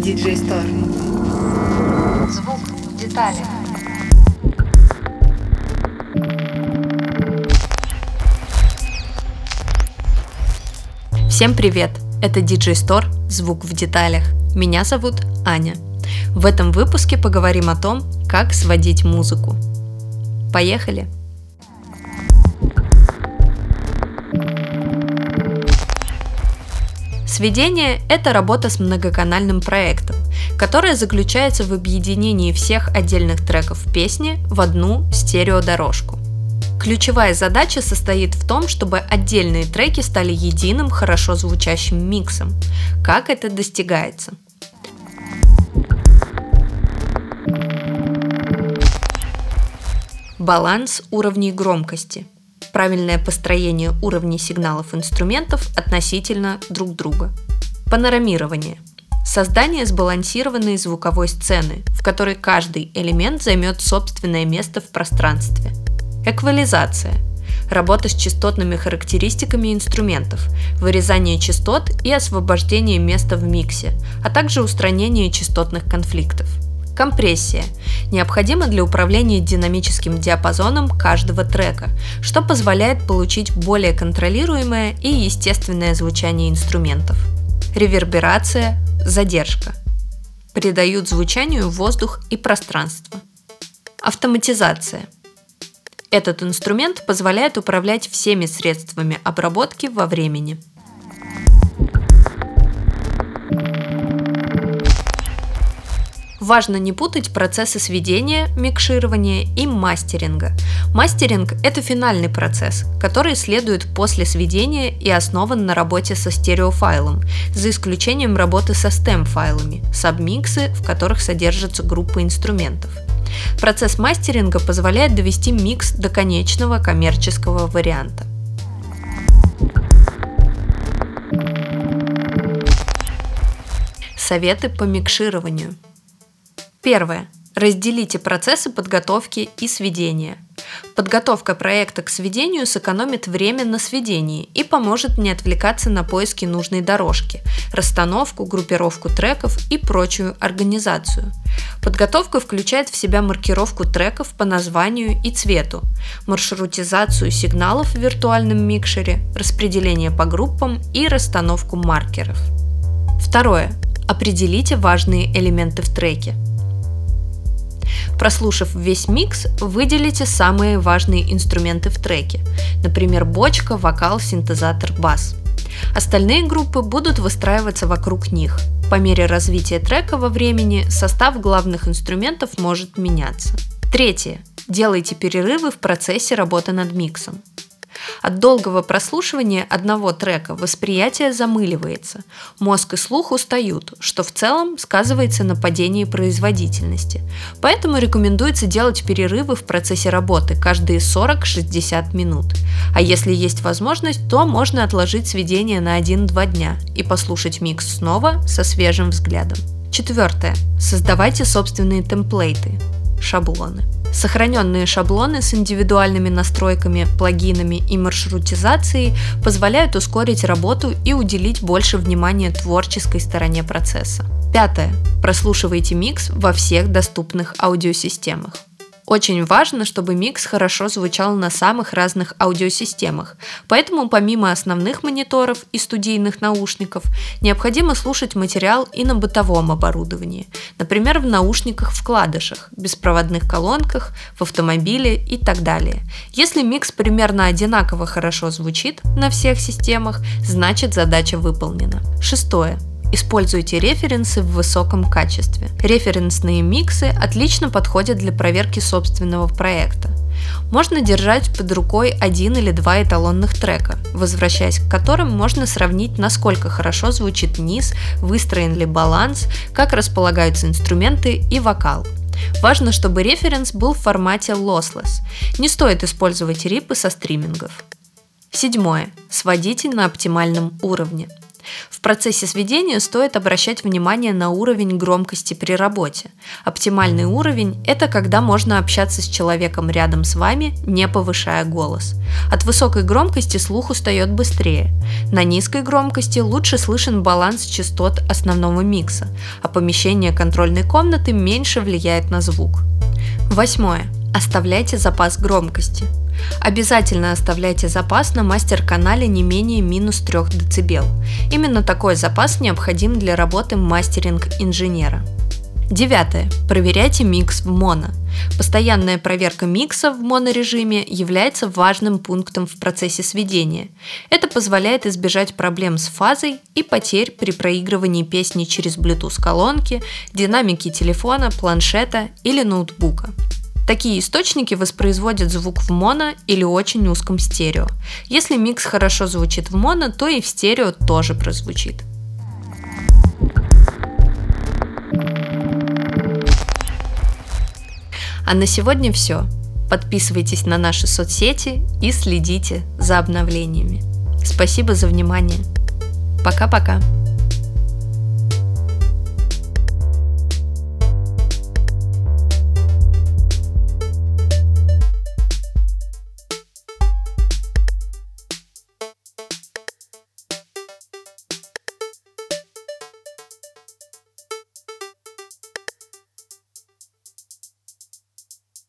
DJ Store. Звук в деталях. Всем привет! Это DJ Store «Звук в деталях». Меня зовут Аня. В этом выпуске поговорим о том, как сводить музыку. Поехали! Сведение – это работа с многоканальным проектом, которая заключается в объединении всех отдельных треков песни в одну стереодорожку. Ключевая задача состоит в том, чтобы отдельные треки стали единым, хорошо звучащим миксом. Как это достигается? Баланс уровней громкости. Правильное построение уровней сигналов инструментов относительно друг друга. Панорамирование. Создание сбалансированной звуковой сцены, в которой каждый элемент займет собственное место в пространстве. Эквализация. Работа с частотными характеристиками инструментов, вырезание частот и освобождение места в миксе, а также устранение частотных конфликтов. Компрессия. Необходима для управления динамическим диапазоном каждого трека, что позволяет получить более контролируемое и естественное звучание инструментов. Реверберация. Задержка. Придают звучанию воздух и пространство. Автоматизация. Этот инструмент позволяет управлять всеми средствами обработки во времени. Важно не путать процессы сведения, микширования и мастеринга. Мастеринг – это финальный процесс, который следует после сведения и основан на работе со стереофайлом, за исключением работы со стем-файлами, сабмиксы, в которых содержатся группы инструментов. Процесс мастеринга позволяет довести микс до конечного коммерческого варианта. Советы по микшированию. Первое. Разделите процессы подготовки и сведения. Подготовка проекта к сведению сэкономит время на сведении и поможет не отвлекаться на поиски нужной дорожки, расстановку, группировку треков и прочую организацию. Подготовка включает в себя маркировку треков по названию и цвету, маршрутизацию сигналов в виртуальном микшере, распределение по группам и расстановку маркеров. Второе. Определите важные элементы в треке. Прослушав весь микс, выделите самые важные инструменты в треке, например, бочка, вокал, синтезатор, бас. Остальные группы будут выстраиваться вокруг них. По мере развития трека во времени состав главных инструментов может меняться. Третье. Делайте перерывы в процессе работы над миксом. От долгого прослушивания одного трека восприятие замыливается, мозг и слух устают, что в целом сказывается на падении производительности. Поэтому рекомендуется делать перерывы в процессе работы каждые 40-60 минут. А если есть возможность, то можно отложить сведение на 1-2 дня и послушать микс снова со свежим взглядом. Четвертое. Создавайте собственные темплейты, шаблоны. Сохраненные шаблоны с индивидуальными настройками, плагинами и маршрутизацией позволяют ускорить работу и уделить больше внимания творческой стороне процесса. Пятое. Прослушивайте микс во всех доступных аудиосистемах. Очень важно, чтобы микс хорошо звучал на самых разных аудиосистемах, поэтому помимо основных мониторов и студийных наушников, необходимо слушать материал и на бытовом оборудовании, например, в наушниках-вкладышах, беспроводных колонках, в автомобиле и так далее. Если микс примерно одинаково хорошо звучит на всех системах, значит задача выполнена. Шестое. Используйте референсы в высоком качестве. Референсные миксы отлично подходят для проверки собственного проекта. Можно держать под рукой 1 или 2 эталонных трека, возвращаясь к которым можно сравнить, насколько хорошо звучит низ, выстроен ли баланс, как располагаются инструменты и вокал. Важно, чтобы референс был в формате lossless. Не стоит использовать рипы со стримингов. Седьмое. Сводите на оптимальном уровне. В процессе сведения стоит обращать внимание на уровень громкости при работе. Оптимальный уровень – это когда можно общаться с человеком рядом с вами, не повышая голос. От высокой громкости слух устает быстрее. На низкой громкости лучше слышен баланс частот основного микса, а помещение контрольной комнаты меньше влияет на звук. 8. Оставляйте запас громкости. Обязательно оставляйте запас на мастер-канале не менее минус 3 дБ. Именно такой запас необходим для работы мастеринг-инженера. 9. Проверяйте микс в моно. Постоянная проверка микса в монорежиме является важным пунктом в процессе сведения. Это позволяет избежать проблем с фазой и потерь при проигрывании песни через Bluetooth-колонки, динамики телефона, планшета или ноутбука. Такие источники воспроизводят звук в моно или очень узком стерео. Если микс хорошо звучит в моно, то и в стерео тоже прозвучит. А на сегодня все. Подписывайтесь на наши соцсети и следите за обновлениями. Спасибо за внимание. Пока-пока.